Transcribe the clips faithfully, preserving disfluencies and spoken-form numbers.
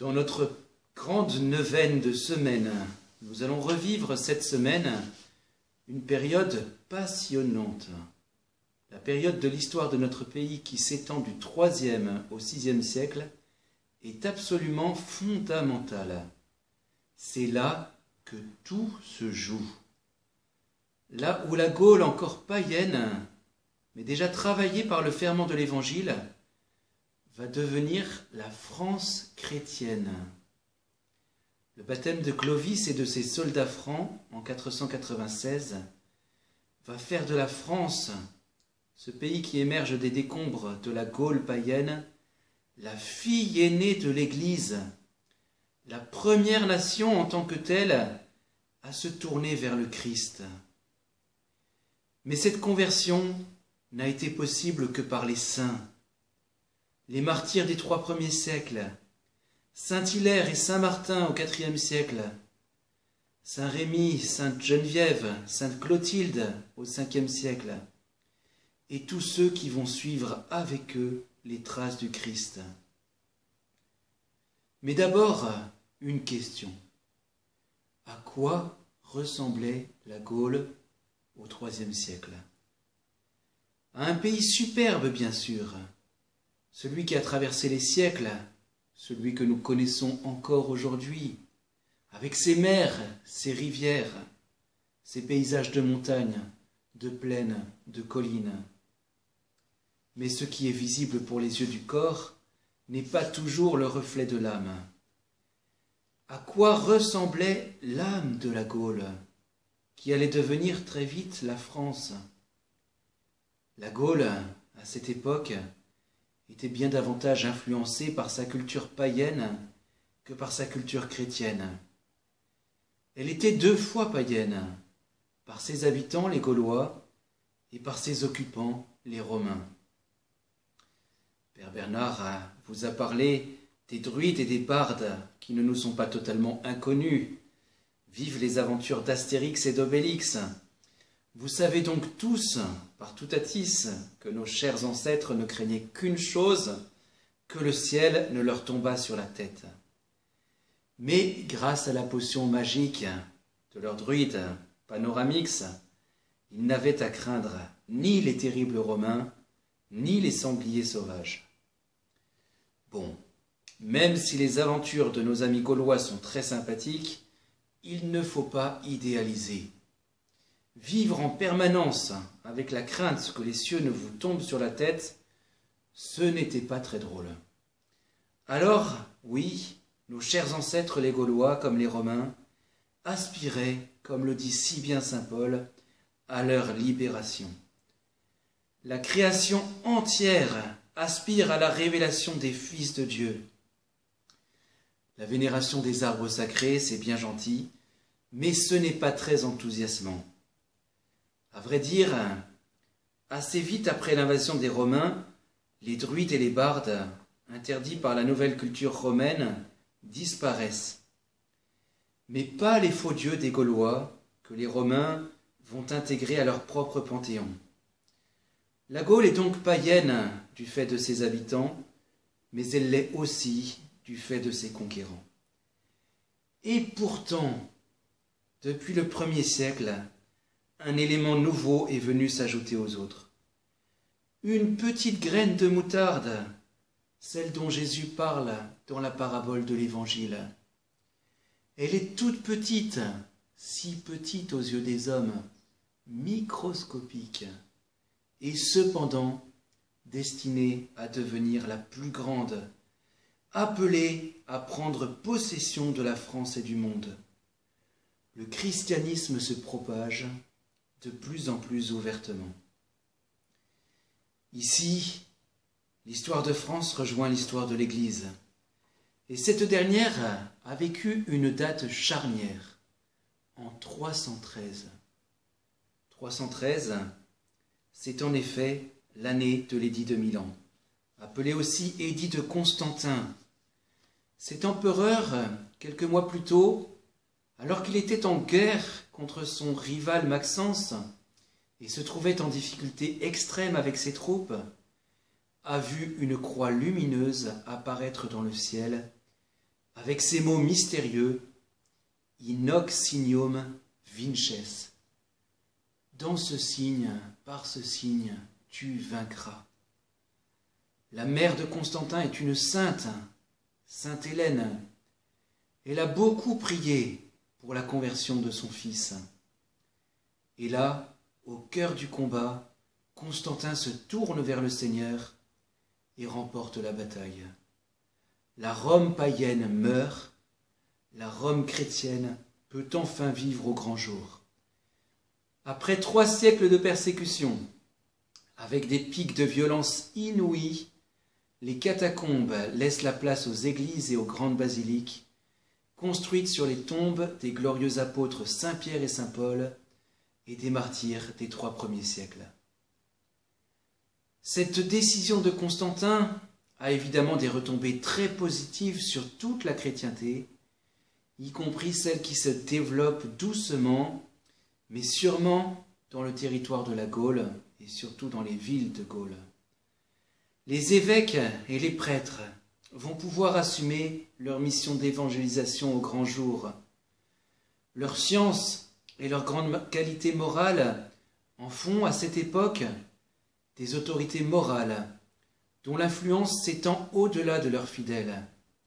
Dans notre grande neuvaine de semaine, nous allons revivre cette semaine une période passionnante. La période de l'histoire de notre pays qui s'étend du troisième au sixième siècle est absolument fondamentale. C'est là que tout se joue. Là où la Gaule encore païenne, mais déjà travaillée par le ferment de l'Évangile, va devenir la France chrétienne. Le baptême de Clovis et de ses soldats francs en quatre cent quatre-vingt-seize va faire de la France, ce pays qui émerge des décombres de la Gaule païenne, la fille aînée de l'Église, la première nation en tant que telle à se tourner vers le Christ. Mais cette conversion n'a été possible que par les saints. Les martyrs des trois premiers siècles, Saint Hilaire et Saint Martin au quatrième siècle, Saint Rémy, Sainte Geneviève, Sainte Clotilde au cinquième siècle, et tous ceux qui vont suivre avec eux les traces du Christ. Mais d'abord, une question. À quoi ressemblait la Gaule au troisième siècle? À un pays superbe, bien sûr, celui qui a traversé les siècles, celui que nous connaissons encore aujourd'hui, avec ses mers, ses rivières, ses paysages de montagnes, de plaines, de collines. Mais ce qui est visible pour les yeux du corps n'est pas toujours le reflet de l'âme. À quoi ressemblait l'âme de la Gaule, qui allait devenir très vite la France? La Gaule, à cette époque, était bien davantage influencée par sa culture païenne que par sa culture chrétienne. Elle était deux fois païenne, par ses habitants, les Gaulois, et par ses occupants, les Romains. Père Bernard vous a parlé des druides et des bardes qui ne nous sont pas totalement inconnus. Vivent les aventures d'Astérix et d'Obélix. Vous savez donc tous, par toutatis, que nos chers ancêtres ne craignaient qu'une chose, que le ciel ne leur tombât sur la tête. Mais grâce à la potion magique de leur druide Panoramix, ils n'avaient à craindre ni les terribles Romains, ni les sangliers sauvages. Bon, même si les aventures de nos amis gaulois sont très sympathiques, il ne faut pas idéaliser. Vivre en permanence avec la crainte que les cieux ne vous tombent sur la tête, ce n'était pas très drôle. Alors, oui, nos chers ancêtres les Gaulois, comme les Romains, aspiraient, comme le dit si bien saint Paul, à leur libération. La création entière aspire à la révélation des fils de Dieu. La vénération des arbres sacrés, c'est bien gentil, mais ce n'est pas très enthousiasmant. À vrai dire, assez vite après l'invasion des Romains, les druides et les bardes, interdits par la nouvelle culture romaine, disparaissent. Mais pas les faux dieux des Gaulois, que les Romains vont intégrer à leur propre panthéon. La Gaule est donc païenne du fait de ses habitants, mais elle l'est aussi du fait de ses conquérants. Et pourtant, depuis le premier siècle, un élément nouveau est venu s'ajouter aux autres. Une petite graine de moutarde, celle dont Jésus parle dans la parabole de l'Évangile. Elle est toute petite, si petite aux yeux des hommes, microscopique, et cependant destinée à devenir la plus grande, appelée à prendre possession de la France et du monde. Le christianisme se propage de plus en plus ouvertement. Ici, l'histoire de France rejoint l'histoire de l'Église. Et cette dernière a vécu une date charnière, en trois cent treize. trois cent treize, c'est en effet l'année de l'édit de Milan, appelé aussi édit de Constantin. Cet empereur, quelques mois plus tôt, alors qu'il était en guerre contre son rival Maxence et se trouvait en difficulté extrême avec ses troupes, a vu une croix lumineuse apparaître dans le ciel avec ces mots mystérieux, in hoc signum vinces. Dans ce signe, par ce signe, tu vaincras. La mère de Constantin est une sainte, Sainte Hélène. Elle a beaucoup prié pour la conversion de son fils. Et là, au cœur du combat, Constantin se tourne vers le Seigneur et remporte la bataille. La Rome païenne meurt, la Rome chrétienne peut enfin vivre au grand jour. Après trois siècles de persécution, avec des pics de violence inouïs, les catacombes laissent la place aux églises et aux grandes basiliques, construites sur les tombes des glorieux apôtres Saint Pierre et Saint Paul et des martyrs des trois premiers siècles. Cette décision de Constantin a évidemment des retombées très positives sur toute la chrétienté, y compris celle qui se développe doucement, mais sûrement dans le territoire de la Gaule et surtout dans les villes de Gaule. Les évêques et les prêtres vont pouvoir assumer leur mission d'évangélisation au grand jour. Leur science et leur grande qualité morale en font à cette époque des autorités morales dont l'influence s'étend au-delà de leurs fidèles.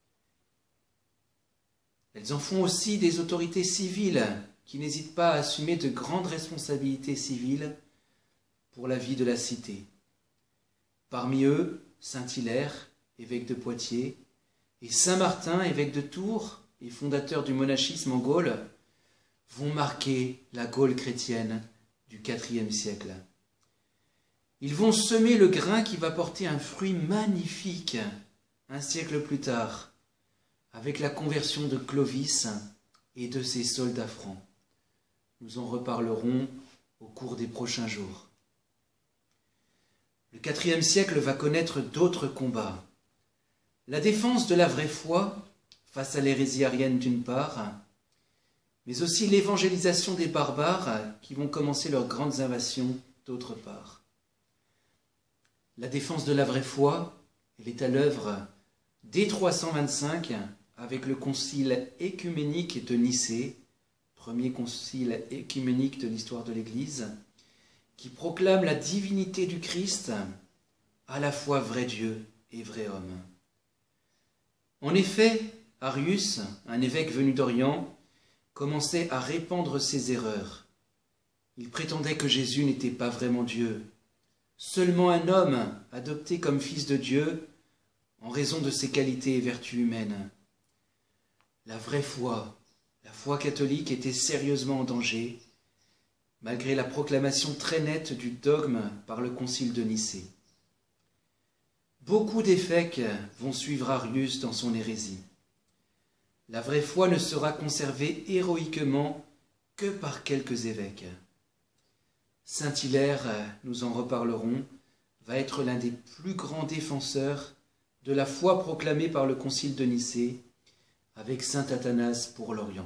Elles en font aussi des autorités civiles qui n'hésitent pas à assumer de grandes responsabilités civiles pour la vie de la cité. Parmi eux, Saint Hilaire, évêque de Poitiers, et Saint Martin, évêque de Tours et fondateur du monachisme en Gaule, vont marquer la Gaule chrétienne du quatrième siècle. Ils vont semer le grain qui va porter un fruit magnifique un siècle plus tard, avec la conversion de Clovis et de ses soldats francs. Nous en reparlerons au cours des prochains jours. Le quatrième siècle va connaître d'autres combats. La défense de la vraie foi face à l'hérésie arienne d'une part, mais aussi l'évangélisation des barbares qui vont commencer leurs grandes invasions d'autre part. La défense de la vraie foi, elle est à l'œuvre dès trois cent vingt-cinq avec le concile écuménique de Nicée, premier concile écuménique de l'histoire de l'Église, qui proclame la divinité du Christ, à la fois vrai Dieu et vrai homme. En effet, Arius, un évêque venu d'Orient, commençait à répandre ses erreurs. Il prétendait que Jésus n'était pas vraiment Dieu, seulement un homme adopté comme fils de Dieu en raison de ses qualités et vertus humaines. La vraie foi, la foi catholique était sérieusement en danger, malgré la proclamation très nette du dogme par le concile de Nicée. Beaucoup d'évêques vont suivre Arius dans son hérésie. La vraie foi ne sera conservée héroïquement que par quelques évêques. Saint Hilaire, nous en reparlerons, va être l'un des plus grands défenseurs de la foi proclamée par le concile de Nicée, avec saint Athanase pour l'Orient.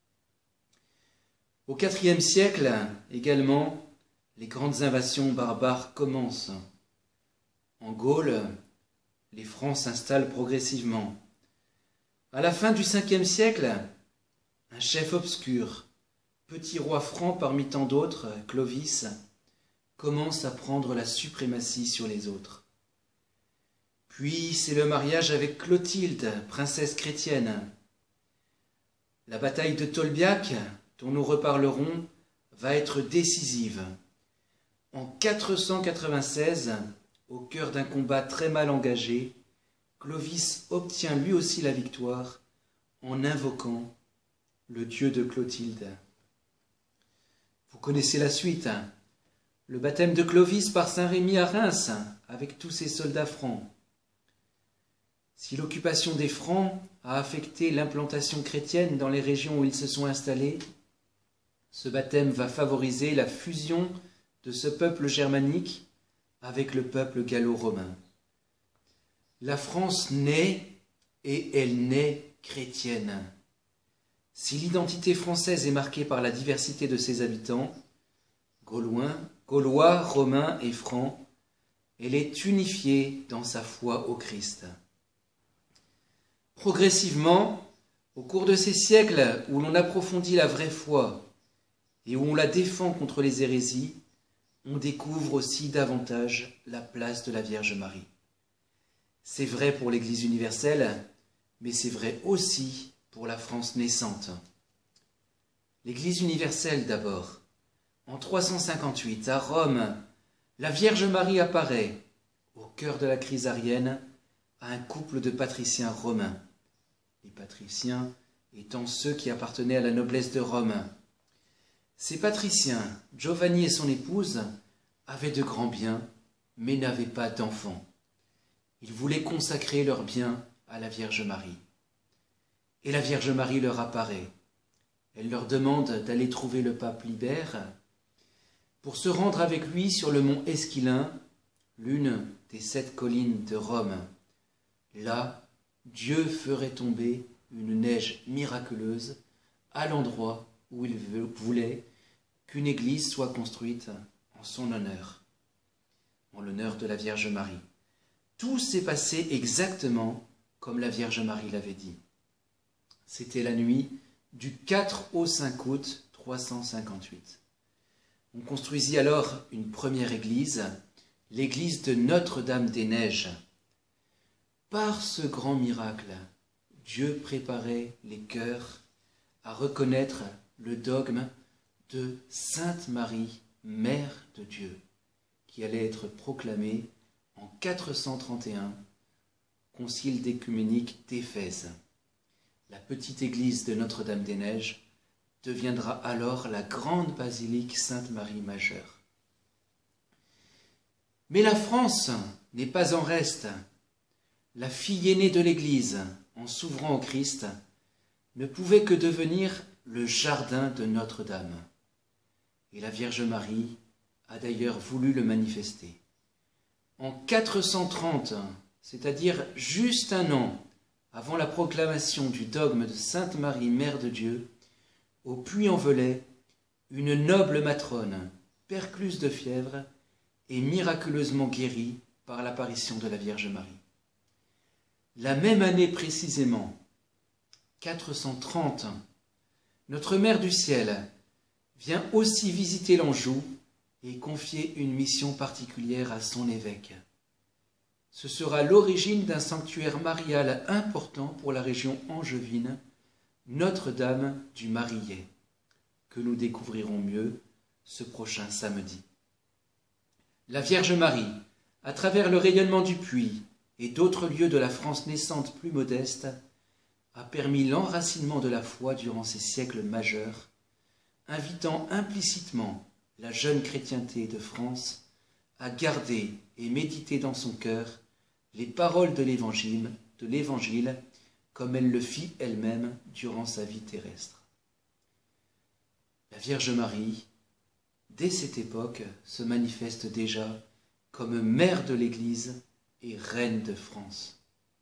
Au quatrième siècle, également, les grandes invasions barbares commencent. En Gaule, les Francs s'installent progressivement. À la fin du cinquième siècle, un chef obscur, petit roi franc parmi tant d'autres, Clovis, commence à prendre la suprématie sur les autres. Puis c'est le mariage avec Clotilde, princesse chrétienne. La bataille de Tolbiac, dont nous reparlerons, va être décisive. En quatre cent quatre-vingt-seize, au cœur d'un combat très mal engagé, Clovis obtient lui aussi la victoire en invoquant le Dieu de Clotilde. Vous connaissez la suite, hein ? Le baptême de Clovis par saint Rémy à Reims, avec tous ses soldats francs. Si l'occupation des Francs a affecté l'implantation chrétienne dans les régions où ils se sont installés, ce baptême va favoriser la fusion de ce peuple germanique avec le peuple gallo-romain. La France naît et elle naît chrétienne. Si l'identité française est marquée par la diversité de ses habitants, Gaulois, Gaulois, Romains et Francs, elle est unifiée dans sa foi au Christ. Progressivement, Au cours de ces siècles où l'on approfondit la vraie foi et où on la défend contre les hérésies, on découvre aussi davantage la place de la Vierge Marie. C'est vrai pour l'Église universelle, mais c'est vrai aussi pour la France naissante. L'Église universelle d'abord. En trois cent cinquante-huit, à Rome, la Vierge Marie apparaît, au cœur de la crise arienne, à un couple de patriciens romains. Les patriciens étant ceux qui appartenaient à la noblesse de Rome. Ces patriciens, Giovanni et son épouse, avaient de grands biens, mais n'avaient pas d'enfants. Ils voulaient consacrer leurs biens à la Vierge Marie. Et la Vierge Marie leur apparaît. Elle leur demande d'aller trouver le pape Libère pour se rendre avec lui sur le mont Esquilin, l'une des sept collines de Rome. Là, Dieu ferait tomber une neige miraculeuse à l'endroit où il voulait qu'une église soit construite en son honneur, en l'honneur de la Vierge Marie. Tout s'est passé exactement comme la Vierge Marie l'avait dit. C'était la nuit du quatre au cinq août trois cent cinquante-huit. On construisit alors une première église, l'église de Notre-Dame-des-Neiges. Par ce grand miracle, Dieu préparait les cœurs à reconnaître le dogme de Sainte Marie, Mère de Dieu, qui allait être proclamé en quatre cent trente et un, concile d'œcuménique d'Éphèse. La petite église de Notre-Dame-des-Neiges deviendra alors la grande basilique Sainte-Marie Majeure. Mais la France n'est pas en reste. La fille aînée de l'Église, en s'ouvrant au Christ, ne pouvait que devenir le jardin de Notre-Dame. Et la Vierge Marie a d'ailleurs voulu le manifester. En quatre cent trente, c'est-à-dire juste un an avant la proclamation du dogme de Sainte Marie, Mère de Dieu, au Puy-en-Velay, une noble matrone, percluse de fièvre, est miraculeusement guérie par l'apparition de la Vierge Marie. La même année précisément, quatre cent trente, notre Mère du Ciel vient aussi visiter l'Anjou et confier une mission particulière à son évêque. Ce sera l'origine d'un sanctuaire marial important pour la région angevine, Notre-Dame du Marillet, que nous découvrirons mieux ce prochain samedi. La Vierge Marie, à travers le rayonnement du Puy et d'autres lieux de la France naissante plus modeste, a permis l'enracinement de la foi durant ces siècles majeurs, invitant implicitement la jeune chrétienté de France à garder et méditer dans son cœur les paroles de l'Évangile, de l'Évangile, comme elle le fit elle-même durant sa vie terrestre. La Vierge Marie, dès cette époque, se manifeste déjà comme mère de l'Église et reine de France.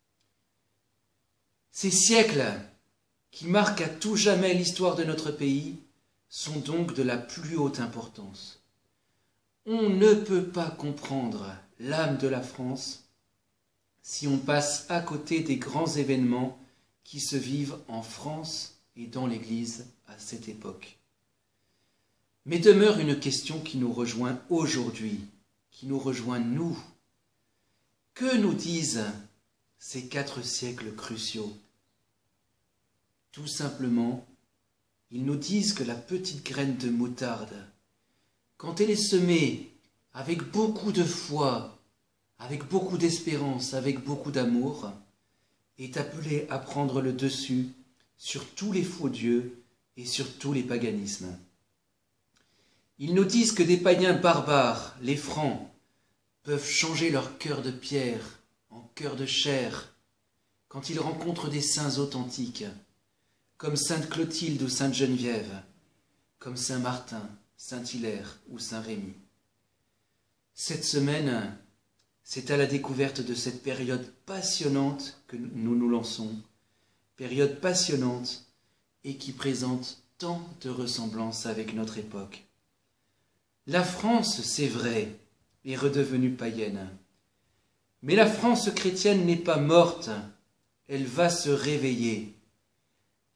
Ces siècles, qui marquent à tout jamais l'histoire de notre pays, sont donc de la plus haute importance. On ne peut pas comprendre l'âme de la France si on passe à côté des grands événements qui se vivent en France et dans l'Église à cette époque. Mais demeure une question qui nous rejoint aujourd'hui, qui nous rejoint nous. Que nous disent ces quatre siècles cruciaux? Tout simplement, ils nous disent que la petite graine de moutarde, quand elle est semée avec beaucoup de foi, avec beaucoup d'espérance, avec beaucoup d'amour, est appelée à prendre le dessus sur tous les faux dieux et sur tous les paganismes. Ils nous disent que des païens barbares, les Francs, peuvent changer leur cœur de pierre en cœur de chair quand ils rencontrent des saints authentiques, comme sainte Clotilde ou sainte Geneviève, comme saint Martin, saint Hilaire ou saint Rémy. Cette semaine, c'est à la découverte de cette période passionnante que nous nous lançons, période passionnante et qui présente tant de ressemblances avec notre époque. La France, c'est vrai, est redevenue païenne. Mais la France chrétienne n'est pas morte, elle va se réveiller.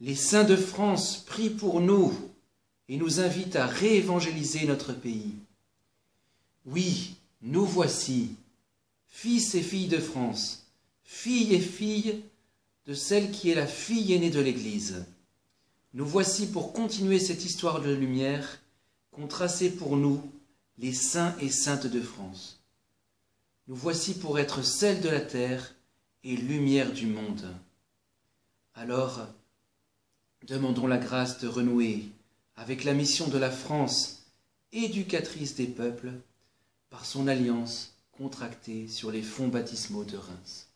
les saints de France prient pour nous et nous invitent à réévangéliser notre pays. Oui, nous voici, fils et filles de France, filles et filles de celle qui est la fille aînée de l'Église. Nous voici pour continuer cette histoire de lumière qu'ont tracée pour nous les saints et saintes de France. Nous voici pour être sel de la terre et lumière du monde. Alors, demandons la grâce de renouer avec la mission de la France, éducatrice des peuples, par son alliance contractée sur les fonds baptismaux de Reims.